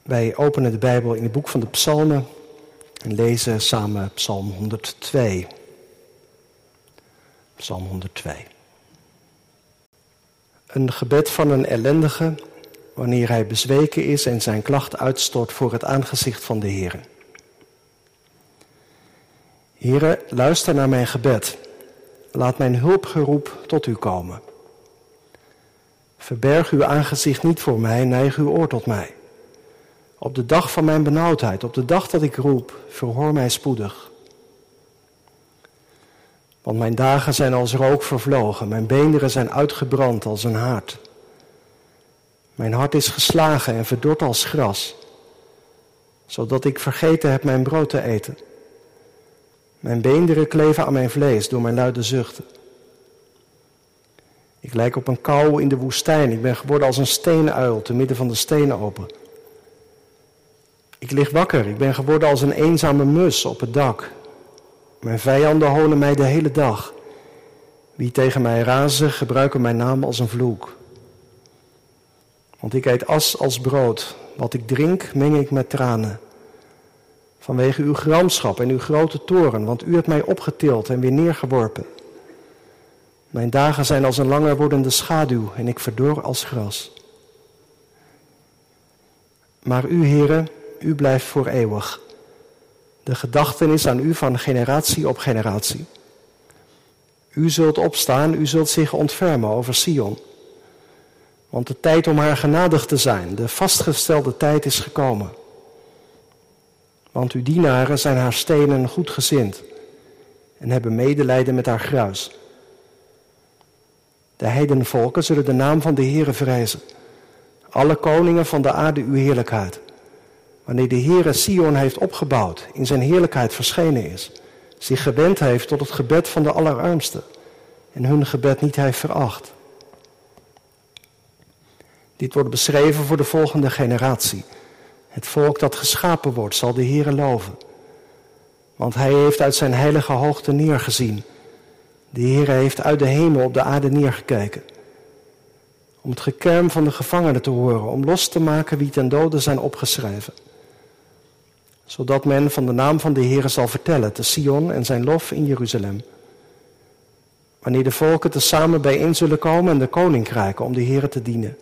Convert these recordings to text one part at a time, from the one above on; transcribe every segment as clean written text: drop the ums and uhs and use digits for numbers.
Wij openen de Bijbel in het boek van de Psalmen en lezen samen Psalm 102. Psalm 102. Een gebed van een ellendige wanneer hij bezweken is en zijn klacht uitstort voor het aangezicht van de Heere. Heere, luister naar mijn gebed. Laat mijn hulpgeroep tot u komen. Verberg uw aangezicht niet voor mij, neig uw oor tot mij. Op de dag van mijn benauwdheid, op de dag dat ik roep, verhoor mij spoedig. Want mijn dagen zijn als rook vervlogen, mijn beenderen zijn uitgebrand als een haard. Mijn hart is geslagen en verdord als gras, zodat ik vergeten heb mijn brood te eten. Mijn beenderen kleven aan mijn vlees door mijn luide zuchten. Ik lijk op een kauw in de woestijn, ik ben geworden als een steenuil te midden van de steenopen. Ik lig wakker, ik ben geworden als een eenzame mus op het dak. Mijn vijanden honen mij de hele dag. Wie tegen mij razen, gebruiken mijn naam als een vloek. Want ik eet as als brood, wat ik drink, meng ik met tranen. Vanwege uw gramschap en uw grote toorn, want u hebt mij opgetild en weer neergeworpen. Mijn dagen zijn als een langer wordende schaduw en ik verdor als gras. Maar u, Heere, u blijft voor eeuwig. De gedachtenis aan u van generatie op generatie. U zult opstaan, u zult zich ontfermen over Sion. Want de tijd om haar genadig te zijn, de vastgestelde tijd is gekomen. Want uw dienaren zijn haar stenen goedgezind en hebben medelijden met haar gruis. De heidenvolken zullen de naam van de Heere vrezen. Alle koningen van de aarde uw heerlijkheid. Wanneer de Heere Sion heeft opgebouwd, in zijn heerlijkheid verschenen is, zich gewend heeft tot het gebed van de allerarmsten en hun gebed niet heeft veracht. Dit wordt beschreven voor de volgende generatie. Het volk dat geschapen wordt, zal de Heere loven. Want hij heeft uit zijn heilige hoogte neergezien. De Heere heeft uit de hemel op de aarde neergekeken. Om het gekerm van de gevangenen te horen, om los te maken wie ten dode zijn opgeschreven. Zodat men van de naam van de Heere zal vertellen te Sion en zijn lof in Jeruzalem. Wanneer de volken tezamen bijeen zullen komen en de koninkrijken om de Heere te dienen.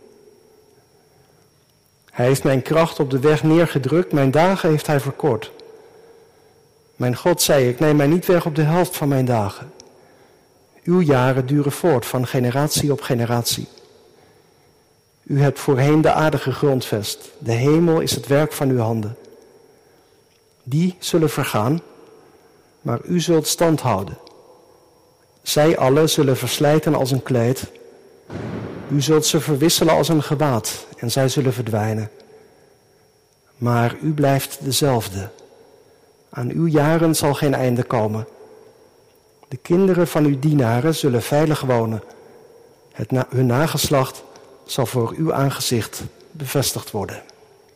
Hij heeft mijn kracht op de weg neergedrukt, mijn dagen heeft hij verkort. Mijn God zei, ik neem mij niet weg op de helft van mijn dagen. Uw jaren duren voort van generatie op generatie. U hebt voorheen de aarde gegrondvest. De hemel is het werk van uw handen. Die zullen vergaan, maar u zult stand houden. Zij allen zullen verslijten als een kleed. U zult ze verwisselen als een gewaad en zij zullen verdwijnen. Maar u blijft dezelfde. Aan uw jaren zal geen einde komen. De kinderen van uw dienaren zullen veilig wonen. Hun nageslacht zal voor uw aangezicht bevestigd worden.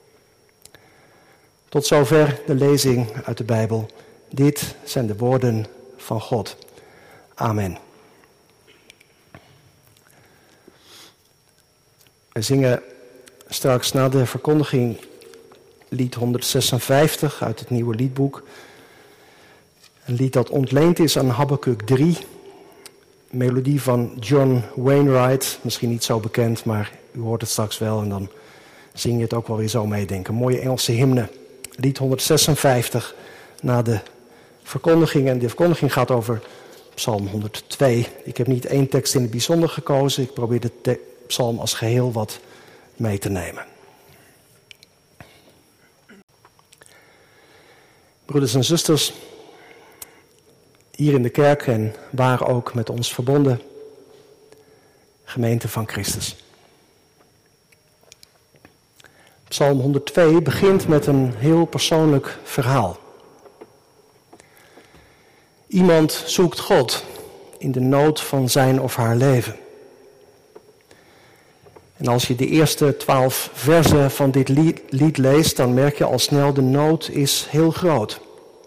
Tot zover de lezing uit de Bijbel. Dit zijn de woorden van God. Amen. We zingen straks na de verkondiging lied 156 uit het nieuwe liedboek. Een lied dat ontleend is aan Habakuk 3. Een melodie van John Wainwright, misschien niet zo bekend, maar u hoort het straks wel en dan zing je het ook wel weer zo mee, denk ik. Een mooie Engelse hymne. Lied 156 na de verkondiging. En de verkondiging gaat over Psalm 102. Ik heb niet één tekst in het bijzonder gekozen. Ik probeer de psalm als geheel wat mee te nemen. Broeders en zusters, hier in de kerk en waar ook met ons verbonden, gemeente van Christus. Psalm 102 begint met een heel persoonlijk verhaal. Iemand zoekt God in de nood van zijn of haar leven. En als je de eerste 12 verzen van dit lied leest, dan merk je al snel, de nood is heel groot.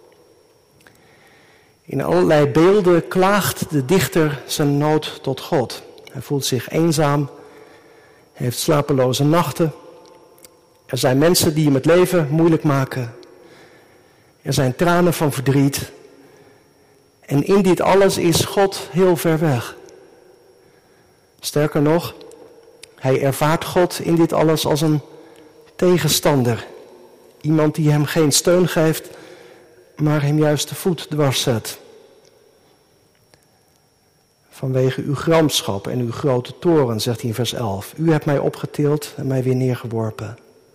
In allerlei beelden klaagt de dichter zijn nood tot God. Hij voelt zich eenzaam, heeft slapeloze nachten Er zijn mensen die hem het leven moeilijk maken. Er zijn tranen van verdriet. En in dit alles is God heel ver weg. Sterker nog, hij ervaart God in dit alles als een tegenstander. Iemand die hem geen steun geeft, maar hem juist de voet dwars zet. Vanwege uw gramschap en uw grote toorn, zegt hij in vers 11. U hebt mij opgetild en mij weer neergeworpen.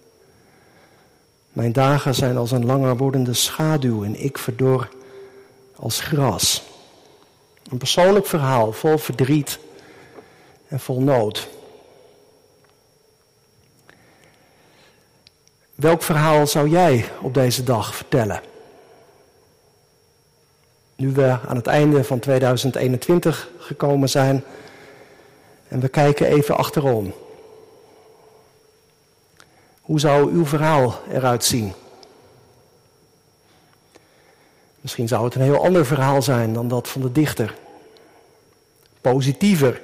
Mijn dagen zijn als een langer wordende schaduw en ik verdor als gras. Een persoonlijk verhaal vol verdriet en vol nood. Welk verhaal zou jij op deze dag vertellen? Nu we aan het einde van 2021 gekomen zijn en we kijken even achterom. Hoe zou uw verhaal eruit zien? Misschien zou het een heel ander verhaal zijn dan dat van de dichter. Positiever.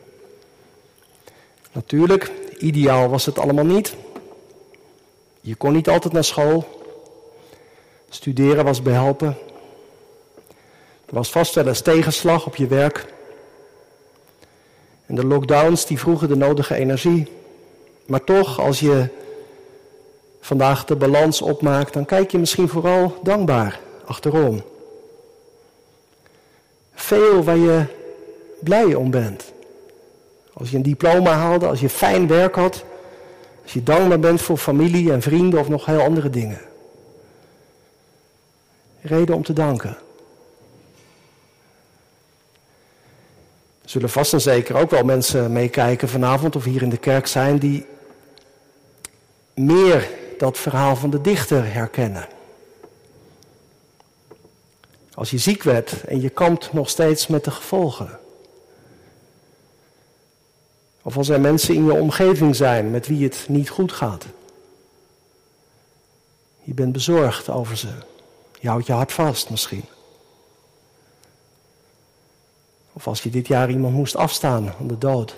Natuurlijk, ideaal was het allemaal niet. Je kon niet altijd naar school. Studeren was behelpen. Er was vast wel eens tegenslag op je werk. En de lockdowns die vroegen de nodige energie. Maar toch, als je vandaag de balans opmaakt, dan kijk je misschien vooral dankbaar achterom. Veel waar je blij om bent. Als je een diploma haalde, als je fijn werk had, als je dankbaar bent voor familie en vrienden of nog heel andere dingen. Reden om te danken. Er zullen vast en zeker ook wel mensen meekijken vanavond of hier in de kerk zijn die meer dat verhaal van de dichter herkennen. Als je ziek werd en je kampt nog steeds met de gevolgen. Of als er mensen in je omgeving zijn met wie het niet goed gaat. Je bent bezorgd over ze. Je houdt je hart vast misschien. Of als je dit jaar iemand moest afstaan aan de dood.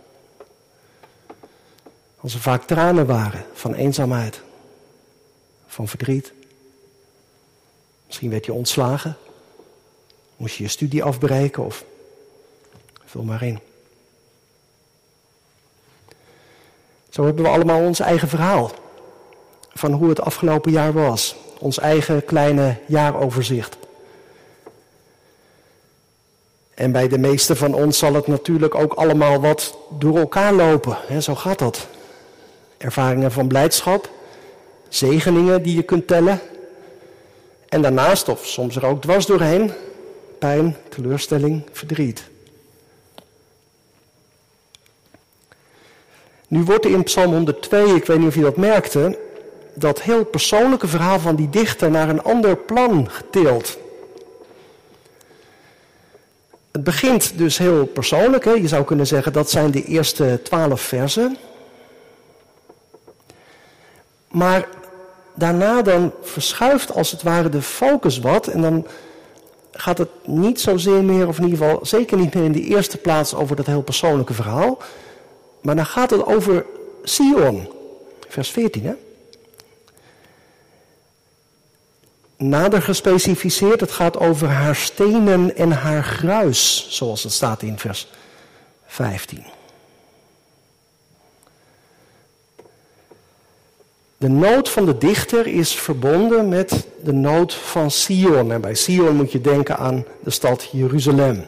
Als er vaak tranen waren van eenzaamheid. Van verdriet. Misschien werd je ontslagen. Moest je je studie afbreken of vul maar in. Zo hebben we allemaal ons eigen verhaal. Van hoe het afgelopen jaar was. Ons eigen kleine jaaroverzicht. En bij de meeste van ons zal het natuurlijk ook allemaal wat door elkaar lopen. He, zo gaat dat. Ervaringen van blijdschap. Zegeningen die je kunt tellen. En daarnaast, of soms er ook dwars doorheen, pijn, teleurstelling, verdriet. Nu wordt er in Psalm 102, ik weet niet of je dat merkte, dat heel persoonlijke verhaal van die dichter naar een ander plan getild. Het begint dus heel persoonlijk. Hè? Je zou kunnen zeggen dat zijn de eerste 12 versen. Maar daarna dan verschuift als het ware de focus wat. En dan gaat het niet zozeer meer, of in ieder geval zeker niet meer in de eerste plaats over dat heel persoonlijke verhaal. Maar dan gaat het over Sion. Vers 14 hè. Nader gespecificeerd, het gaat over haar stenen en haar gruis, zoals het staat in vers 15. De nood van de dichter is verbonden met de nood van Sion. En bij Sion moet je denken aan de stad Jeruzalem.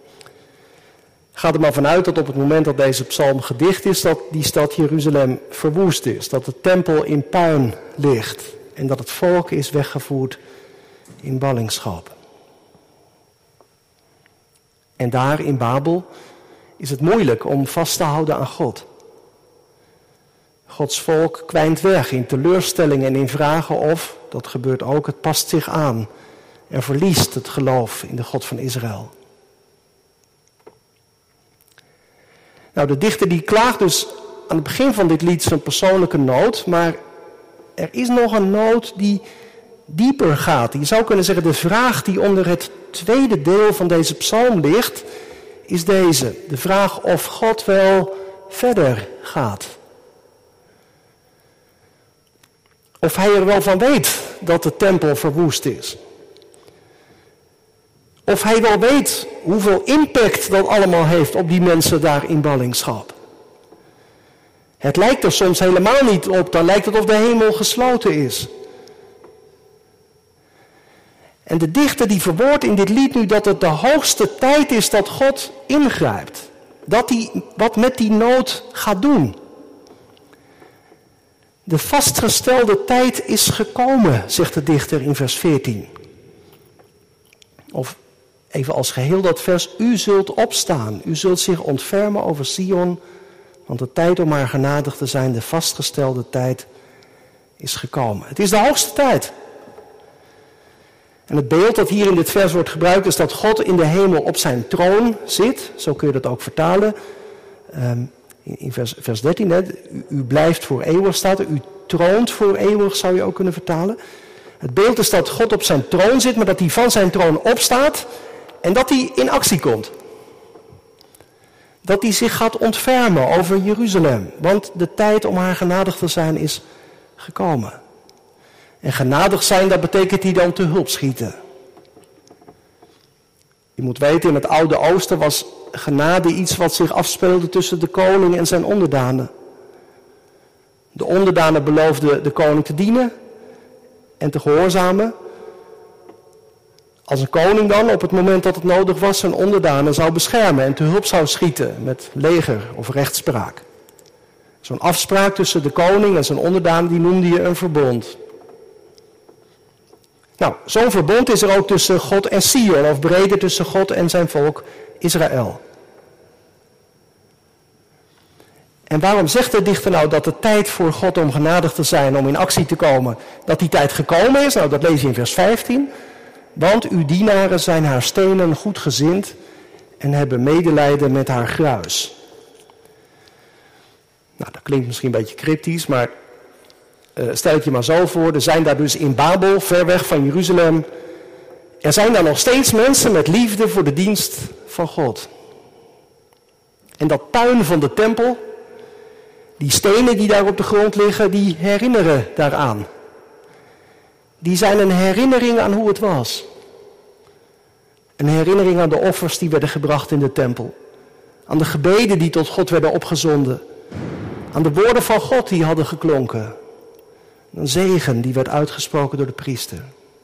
Ga er maar vanuit dat op het moment dat deze psalm gedicht is, dat die stad Jeruzalem verwoest is. Dat de tempel in puin ligt. En dat het volk is weggevoerd in ballingschap. En daar in Babel is het moeilijk om vast te houden aan God. Gods volk kwijnt weg in teleurstelling en in vragen of, dat gebeurt ook, het past zich aan. En verliest het geloof in de God van Israël. Nou, de dichter die klaagt dus aan het begin van dit lied zijn persoonlijke nood, maar er is nog een nood die dieper gaat. Je zou kunnen zeggen, de vraag die onder het tweede deel van deze psalm ligt, is deze. De vraag of God wel verder gaat. Of hij er wel van weet dat de tempel verwoest is. Of hij wel weet hoeveel impact dat allemaal heeft op die mensen daar in ballingschap. Het lijkt er soms helemaal niet op, dan lijkt het of de hemel gesloten is. En de dichter die verwoordt in dit lied nu dat het de hoogste tijd is dat God ingrijpt. Dat hij wat met die nood gaat doen. De vastgestelde tijd is gekomen, zegt de dichter in vers 14. Of even als geheel dat vers, u zult opstaan, u zult zich ontfermen over Sion, want de tijd om haar genadig te zijn, de vastgestelde tijd, is gekomen. Het is de hoogste tijd. En het beeld dat hier in dit vers wordt gebruikt is dat God in de hemel op zijn troon zit. Zo kun je dat ook vertalen. In vers 13, hè, u blijft voor eeuwig staat er. U troont voor eeuwig, zou je ook kunnen vertalen. Het beeld is dat God op zijn troon zit, maar dat hij van zijn troon opstaat en dat hij in actie komt. Dat hij zich gaat ontfermen over Jeruzalem. Want de tijd om haar genadig te zijn is gekomen. En genadig zijn, dat betekent hij dan te hulp schieten. Je moet weten, in het Oude Oosten was genade iets wat zich afspeelde tussen de koning en zijn onderdanen. De onderdanen beloofden de koning te dienen en te gehoorzamen. Als een koning dan, op het moment dat het nodig was, zijn onderdanen zou beschermen en te hulp zou schieten met leger of rechtspraak. Zo'n afspraak tussen de koning en zijn onderdanen, die noemde je een verbond. Nou, zo'n verbond is er ook tussen God en Sion, of breder tussen God en zijn volk Israël. En waarom zegt de dichter nou dat de tijd voor God om genadig te zijn, om in actie te komen, dat die tijd gekomen is? Nou, dat lees je in vers 15. Want uw dienaren zijn haar stenen goedgezind en hebben medelijden met haar gruis. Nou, dat klinkt misschien een beetje cryptisch, maar stel het je maar zo voor. Er zijn daar dus in Babel, ver weg van Jeruzalem, er zijn daar nog steeds mensen met liefde voor de dienst van God. En dat puin van de tempel, die stenen die daar op de grond liggen, die herinneren daaraan. Die zijn een herinnering aan hoe het was. Een herinnering aan de offers die werden gebracht in de tempel. Aan de gebeden die tot God werden opgezonden. Aan de woorden van God die hadden geklonken. Een zegen die werd uitgesproken door de priester.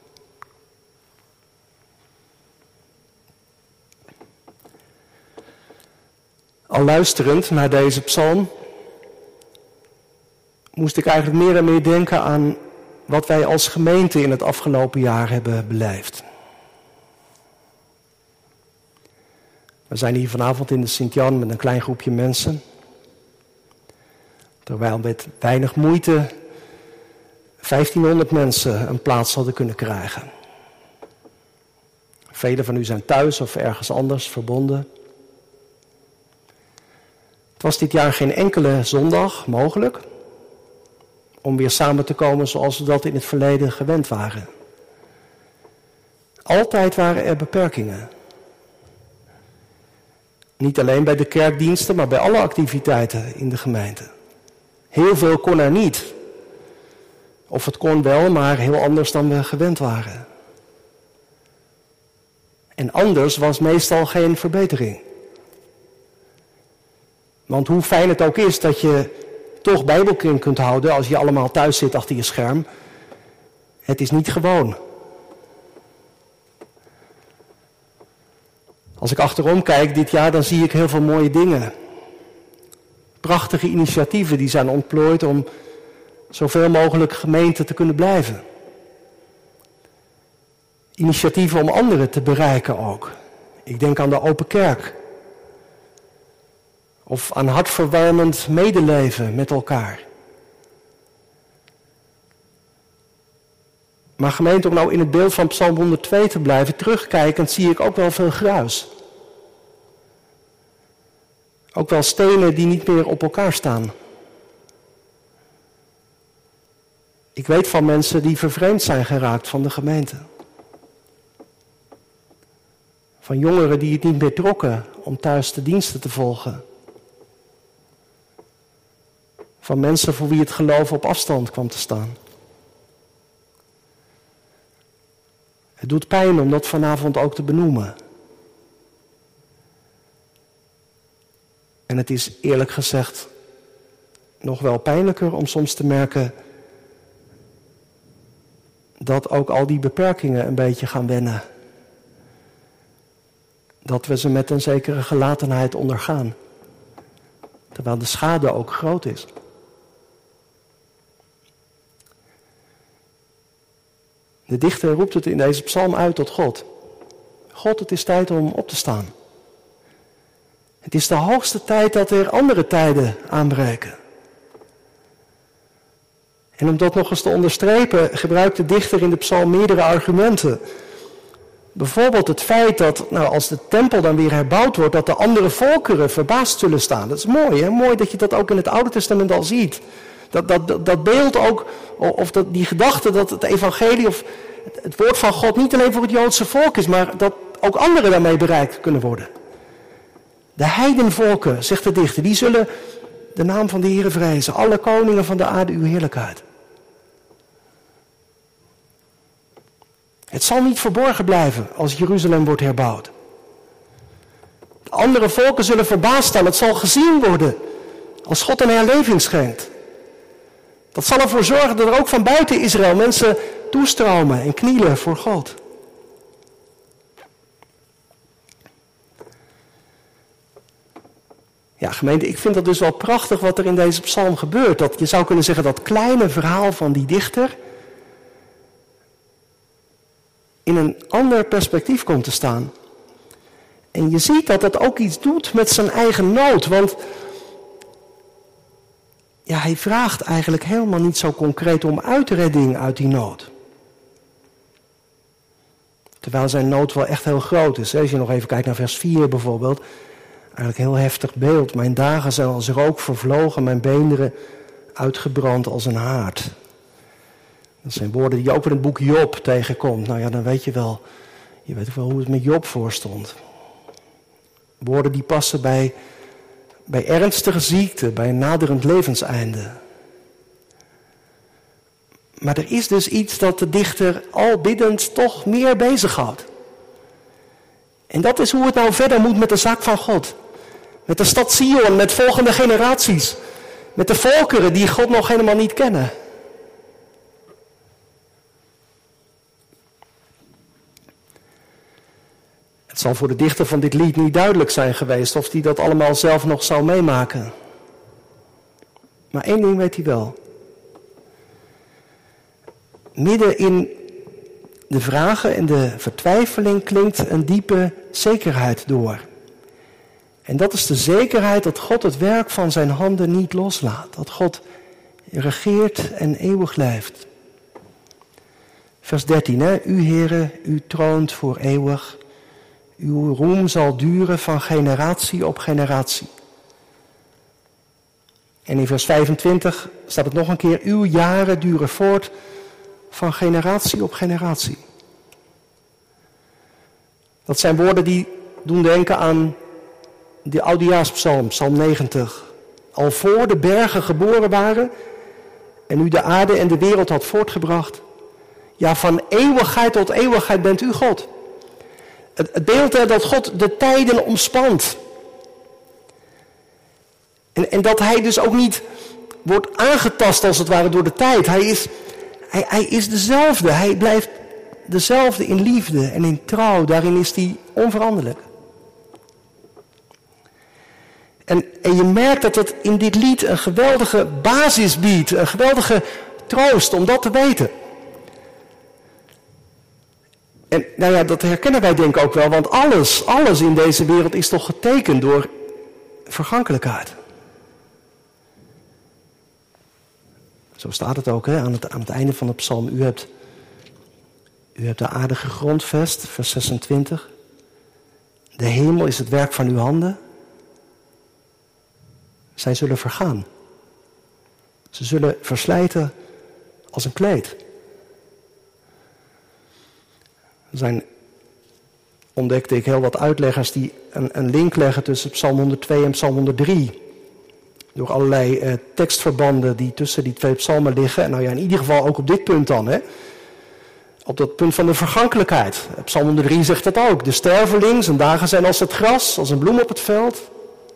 Al luisterend naar deze psalm moest ik eigenlijk meer en meer denken aan wat wij als gemeente in het afgelopen jaar hebben beleefd. We zijn hier vanavond in de Sint-Jan met een klein groepje mensen. Terwijl met weinig moeite 1500 mensen een plaats hadden kunnen krijgen. Velen van u zijn thuis of ergens anders verbonden. Het was dit jaar geen enkele zondag mogelijk om weer samen te komen zoals we dat in het verleden gewend waren. Altijd waren er beperkingen. Niet alleen bij de kerkdiensten, maar bij alle activiteiten in de gemeente. Heel veel kon er niet. Of het kon wel, maar heel anders dan we gewend waren. En anders was meestal geen verbetering. Want hoe fijn het ook is dat je toch bijbelkring kunt houden als je allemaal thuis zit achter je scherm. Het is niet gewoon. Als ik achterom kijk dit jaar, dan zie ik heel veel mooie dingen. Prachtige initiatieven die zijn ontplooid om zoveel mogelijk gemeenten te kunnen blijven. Initiatieven om anderen te bereiken ook. Ik denk aan de Open Kerk. Of aan hartverwarmend medeleven met elkaar. Maar gemeente, om nou in het beeld van Psalm 102 te blijven, terugkijkend zie ik ook wel veel gruis. Ook wel stenen die niet meer op elkaar staan. Ik weet van mensen die vervreemd zijn geraakt van de gemeente. Van jongeren die het niet meer trokken om thuis de diensten te volgen. Van mensen voor wie het geloof op afstand kwam te staan. Het doet pijn om dat vanavond ook te benoemen. En het is eerlijk gezegd nog wel pijnlijker om soms te merken dat ook al die beperkingen een beetje gaan wennen. Dat we ze met een zekere gelatenheid ondergaan. Terwijl de schade ook groot is. De dichter roept het in deze psalm uit tot God. God, het is tijd om op te staan. Het is de hoogste tijd dat er andere tijden aanbreken. En om dat nog eens te onderstrepen, gebruikt de dichter in de psalm meerdere argumenten. Bijvoorbeeld het feit dat, als de tempel dan weer herbouwd wordt, dat de andere volkeren verbaasd zullen staan. Dat is mooi, hè? Mooi dat je dat ook in het Oude Testament al ziet. Dat beeld ook, of die gedachte dat het evangelie of het woord van God niet alleen voor het Joodse volk is, maar dat ook anderen daarmee bereikt kunnen worden. De heidenvolken, zegt de dichter, die zullen de naam van de Heere vrezen. Alle koningen van de aarde uw heerlijkheid. Het zal niet verborgen blijven als Jeruzalem wordt herbouwd. De andere volken zullen verbaasd staan. Het zal gezien worden als God een herleving schenkt. Dat zal ervoor zorgen dat er ook van buiten Israël mensen toestromen en knielen voor God. Ja, gemeente, ik vind dat dus wel prachtig wat er in deze psalm gebeurt. Dat je zou kunnen zeggen dat kleine verhaal van die dichter in een ander perspectief komt te staan. En je ziet dat het ook iets doet met zijn eigen nood. Want ja, hij vraagt eigenlijk helemaal niet zo concreet om uitredding uit die nood. Terwijl zijn nood wel echt heel groot is. Als je nog even kijkt naar vers 4 bijvoorbeeld. Eigenlijk een heel heftig beeld. Mijn dagen zijn als rook vervlogen, mijn beenderen uitgebrand als een haard. Dat zijn woorden die je ook in het boek Job tegenkomt. Nou ja, dan weet je wel hoe het met Job voorstond. Woorden die passen bij ernstige ziekte, bij een naderend levenseinde. Maar er is dus iets dat de dichter al biddend toch meer bezighoudt. En dat is hoe het nou verder moet met de zaak van God. Met de stad Sion, met volgende generaties. Met de volkeren die God nog helemaal niet kennen. Het zal voor de dichter van dit lied niet duidelijk zijn geweest of hij dat allemaal zelf nog zou meemaken. Maar één ding weet hij wel. Midden in de vragen en de vertwijfeling klinkt een diepe zekerheid door. En dat is de zekerheid dat God het werk van zijn handen niet loslaat. Dat God regeert en eeuwig leeft. Vers 13, hè? U Heere, u troont voor eeuwig. Uw roem zal duren van generatie op generatie. En in vers 25 staat het nog een keer. Uw jaren duren voort van generatie op generatie. Dat zijn woorden die doen denken aan de Oudejaaspsalm, psalm 90. Al voor de bergen geboren waren en u de aarde en de wereld had voortgebracht. Ja, van eeuwigheid tot eeuwigheid bent u God. Het beeld dat God de tijden omspant. En dat hij dus ook niet wordt aangetast als het ware door de tijd. Hij is dezelfde. Hij blijft dezelfde in liefde en in trouw. Daarin is hij onveranderlijk. En je merkt dat het in dit lied een geweldige basis biedt. Een geweldige troost om dat te weten. En nou ja, dat herkennen wij denk ik ook wel. Want alles in deze wereld is toch getekend door vergankelijkheid. Zo staat het ook aan het einde van de psalm. U hebt de aarde gegrondvest, vers 26. De hemel is het werk van uw handen. Zij zullen vergaan. Ze zullen verslijten als een kleed. Ontdekte ik heel wat uitleggers die een link leggen tussen psalm 102 en psalm 103. Door allerlei tekstverbanden die tussen die twee psalmen liggen. En nou ja, in ieder geval ook op dit punt dan. Hè. Op dat punt van de vergankelijkheid. Psalm 103 zegt dat ook. De sterveling, zijn dagen zijn als het gras, als een bloem op het veld.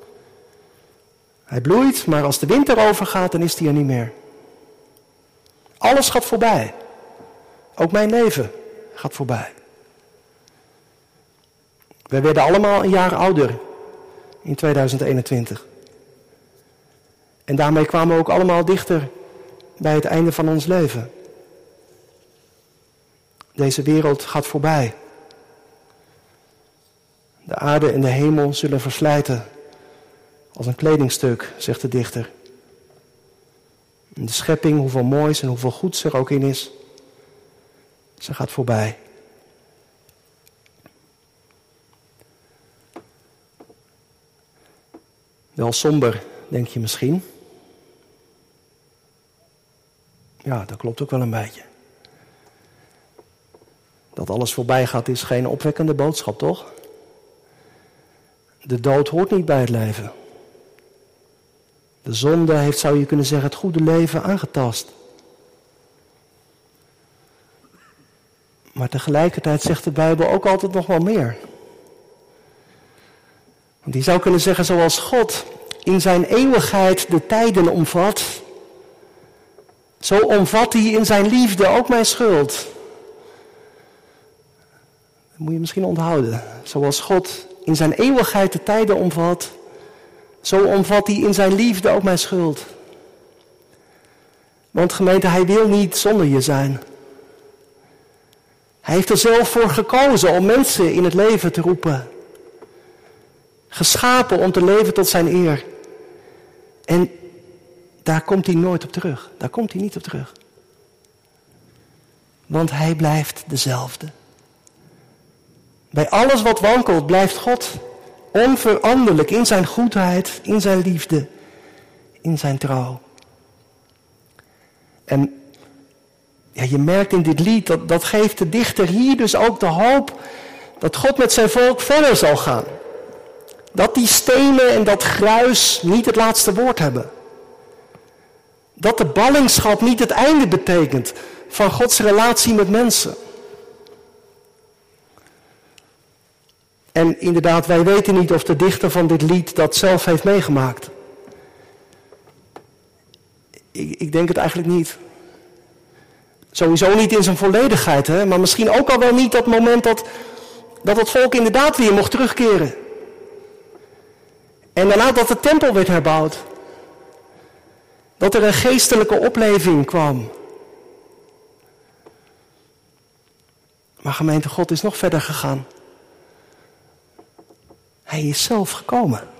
Hij bloeit, maar als de winter overgaat, dan is hij er niet meer. Alles gaat voorbij. Ook mijn leven gaat voorbij. Wij werden allemaal een jaar ouder in 2021. En daarmee kwamen we ook allemaal dichter bij het einde van ons leven. Deze wereld gaat voorbij. De aarde en de hemel zullen verslijten als een kledingstuk, zegt de dichter. En de schepping, hoeveel moois en hoeveel goeds er ook in is, ze gaat voorbij. Wel somber, denk je misschien. Ja, dat klopt ook wel een beetje. Dat alles voorbij gaat is geen opwekkende boodschap, toch? De dood hoort niet bij het leven. De zonde heeft, zou je kunnen zeggen, het goede leven aangetast. Maar tegelijkertijd zegt de Bijbel ook altijd nog wel meer. Want die zou kunnen zeggen, zoals God in zijn eeuwigheid de tijden omvat, zo omvat hij in zijn liefde ook mijn schuld. Dat moet je misschien onthouden. Zoals God in zijn eeuwigheid de tijden omvat, zo omvat hij in zijn liefde ook mijn schuld. Want gemeente, hij wil niet zonder je zijn. Hij heeft er zelf voor gekozen om mensen in het leven te roepen. Geschapen om te leven tot zijn eer. En daar komt hij nooit op terug. Daar komt hij niet op terug. Want hij blijft dezelfde. Bij alles wat wankelt blijft God onveranderlijk in zijn goedheid, in zijn liefde, in zijn trouw. En ja, je merkt in dit lied, dat geeft de dichter hier dus ook de hoop dat God met zijn volk verder zal gaan. Dat die stenen en dat gruis niet het laatste woord hebben. Dat de ballingschap niet het einde betekent van Gods relatie met mensen. En inderdaad, wij weten niet of de dichter van dit lied dat zelf heeft meegemaakt. Ik denk het eigenlijk niet. Sowieso niet in zijn volledigheid, hè? Maar misschien ook al wel niet dat moment dat het volk inderdaad weer mocht terugkeren. En daarna dat de tempel werd herbouwd. Dat er een geestelijke opleving kwam. Maar gemeente, God is nog verder gegaan. Hij is zelf gekomen.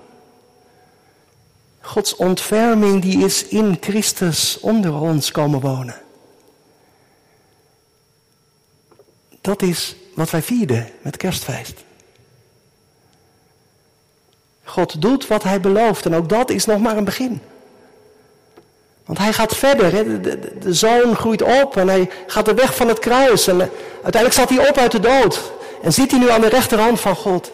Gods ontferming die is in Christus onder ons komen wonen. Dat is wat wij vierden met Kerstfeest. God doet wat hij belooft en ook dat is nog maar een begin. Want hij gaat verder. Hè? De zoon groeit op en hij gaat de weg van het kruis. En uiteindelijk staat hij op uit de dood. En zit hij nu aan de rechterhand van God.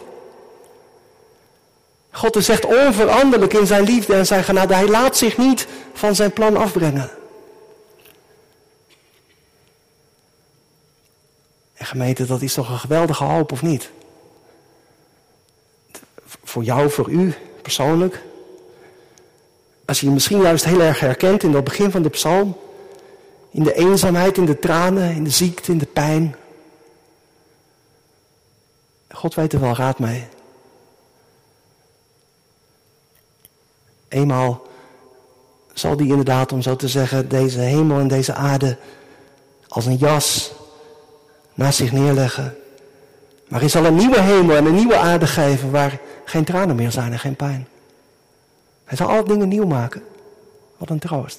God is echt onveranderlijk in zijn liefde en zijn genade. Hij laat zich niet van zijn plan afbrengen. En gemeente, dat is toch een geweldige hoop, of niet? Voor jou, voor u, persoonlijk. Als je je misschien juist heel erg herkent in dat begin van de psalm. In de eenzaamheid, in de tranen, in de ziekte, in de pijn. God weet er wel raad mee. Eenmaal zal die inderdaad, om zo te zeggen, deze hemel en deze aarde als een jas naast zich neerleggen. Maar hij zal een nieuwe hemel en een nieuwe aarde geven waar geen tranen meer zijn en geen pijn. Hij zal alle dingen nieuw maken. Wat een troost.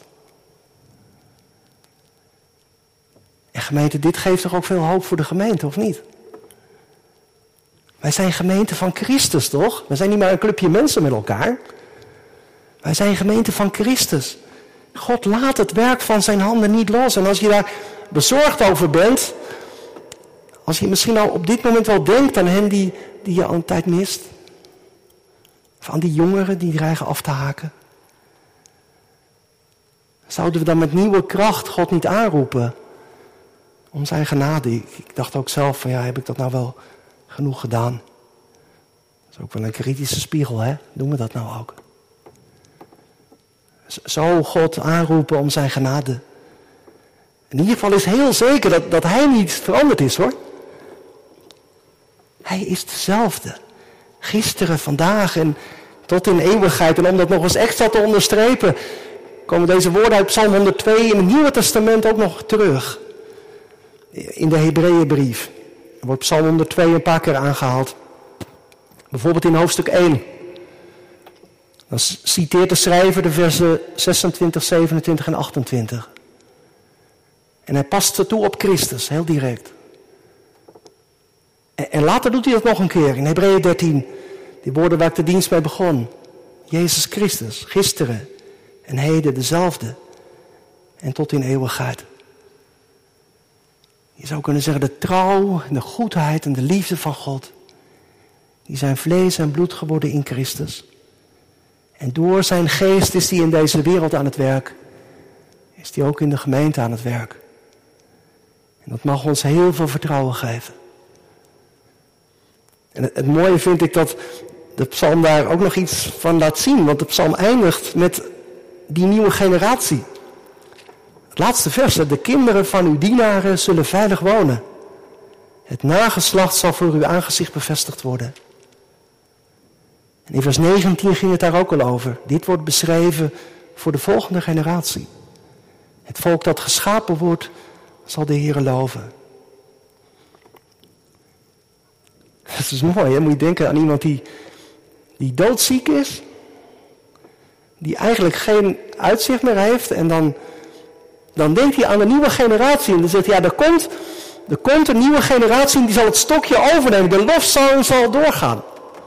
En gemeente, dit geeft toch ook veel hoop voor de gemeente, of niet? Wij zijn gemeente van Christus, toch? We zijn niet maar een clubje mensen met elkaar. Wij zijn gemeente van Christus. God laat het werk van zijn handen niet los. En als je daar bezorgd over bent, als je misschien al op dit moment wel denkt aan hen die je al een tijd mist. Of aan die jongeren die dreigen af te haken. Zouden we dan met nieuwe kracht God niet aanroepen Om zijn genade. Ik dacht ook zelf van heb ik dat nou wel genoeg gedaan? Dat is ook wel een kritische spiegel, hè? Doen we dat nou ook? Zo God aanroepen om zijn genade. In ieder geval is heel zeker dat hij niet veranderd is, hoor. Hij is dezelfde. Gisteren, vandaag en tot in eeuwigheid. En om dat nog eens extra te onderstrepen, komen deze woorden uit Psalm 102 in het Nieuwe Testament ook nog terug. In de Hebreeënbrief wordt Psalm 102 een paar keer aangehaald. Bijvoorbeeld in hoofdstuk 1. Dan citeert de schrijver de versen 26, 27 en 28. En hij past ze toe op Christus, heel direct. En later doet hij dat nog een keer, in Hebreeën 13. Die woorden waar ik de dienst mee begon. Jezus Christus, gisteren en heden dezelfde. En tot in eeuwigheid. Je zou kunnen zeggen, de trouw en de goedheid en de liefde van God. Die zijn vlees en bloed geworden in Christus. En door zijn geest is hij in deze wereld aan het werk. Is hij ook in de gemeente aan het werk. En dat mag ons heel veel vertrouwen geven. En het mooie vind ik dat de psalm daar ook nog iets van laat zien. Want de psalm eindigt met die nieuwe generatie. Het laatste vers, de kinderen van uw dienaren zullen veilig wonen. Het nageslacht zal voor uw aangezicht bevestigd worden. En in vers 19 ging het daar ook al over. Dit wordt beschreven voor de volgende generatie. Het volk dat geschapen wordt, zal de Heere loven. Dat is mooi, hè? Moet je denken aan iemand die doodziek is. Die eigenlijk geen uitzicht meer heeft. En dan denkt hij aan de nieuwe generatie. En dan zegt hij, er komt een nieuwe generatie en die zal het stokje overnemen. De lofzang zal doorgaan.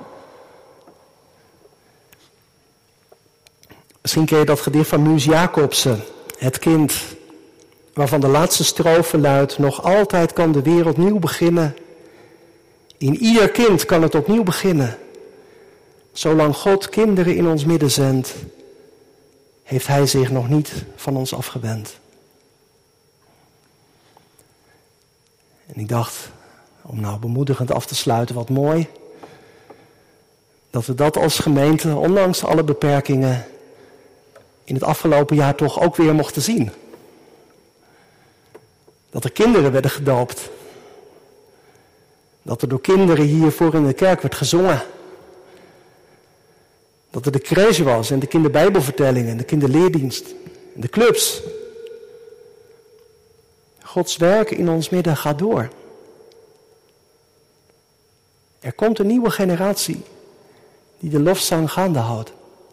Misschien ken je dat gedicht van Muus Jacobsen. Het kind, waarvan de laatste strofe luidt. Nog altijd kan de wereld nieuw beginnen. In ieder kind kan het opnieuw beginnen. Zolang God kinderen in ons midden zendt, heeft hij zich nog niet van ons afgewend. En ik dacht, om nou bemoedigend af te sluiten, wat mooi. Dat we dat als gemeente, ondanks alle beperkingen, in het afgelopen jaar toch ook weer mochten zien. Dat er kinderen werden gedoopt. Dat er door kinderen hiervoor in de kerk werd gezongen. Dat er de crèche was en de kinderbijbelvertellingen, de kinderleerdienst, en de clubs. Gods werk in ons midden gaat door. Er komt een nieuwe generatie die de lofzang gaande houdt.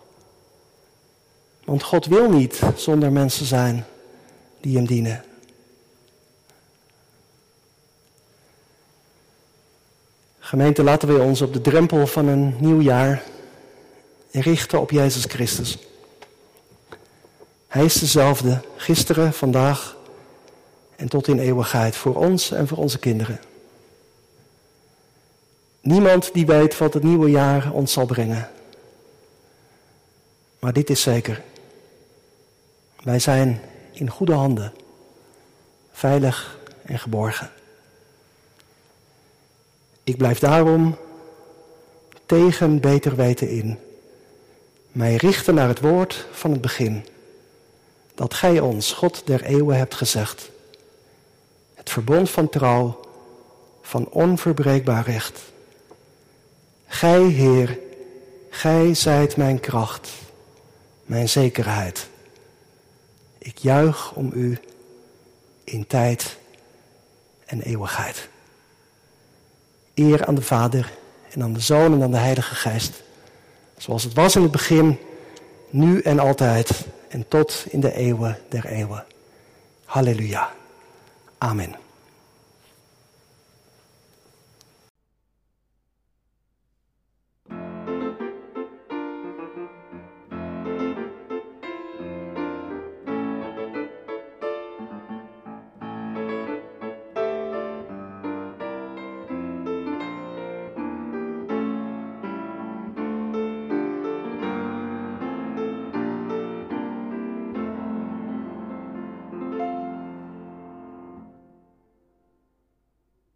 Want God wil niet zonder mensen zijn die hem dienen. Gemeente, laten we ons op de drempel van een nieuw jaar richten op Jezus Christus. Hij is dezelfde, gisteren, vandaag en tot in eeuwigheid, voor ons en voor onze kinderen. Niemand die weet wat het nieuwe jaar ons zal brengen. Maar dit is zeker. Wij zijn in goede handen, veilig en geborgen. Ik blijf daarom tegen beter weten in, mij richten naar het woord van het begin, dat gij ons, God der eeuwen, hebt gezegd. Het verbond van trouw, van onverbreekbaar recht. Gij, Heer, gij zijt mijn kracht, mijn zekerheid. Ik juich om u in tijd en eeuwigheid. Eer aan de Vader en aan de Zoon en aan de Heilige Geest. Zoals het was in het begin, nu en altijd en tot in de eeuwen der eeuwen. Halleluja. Amen.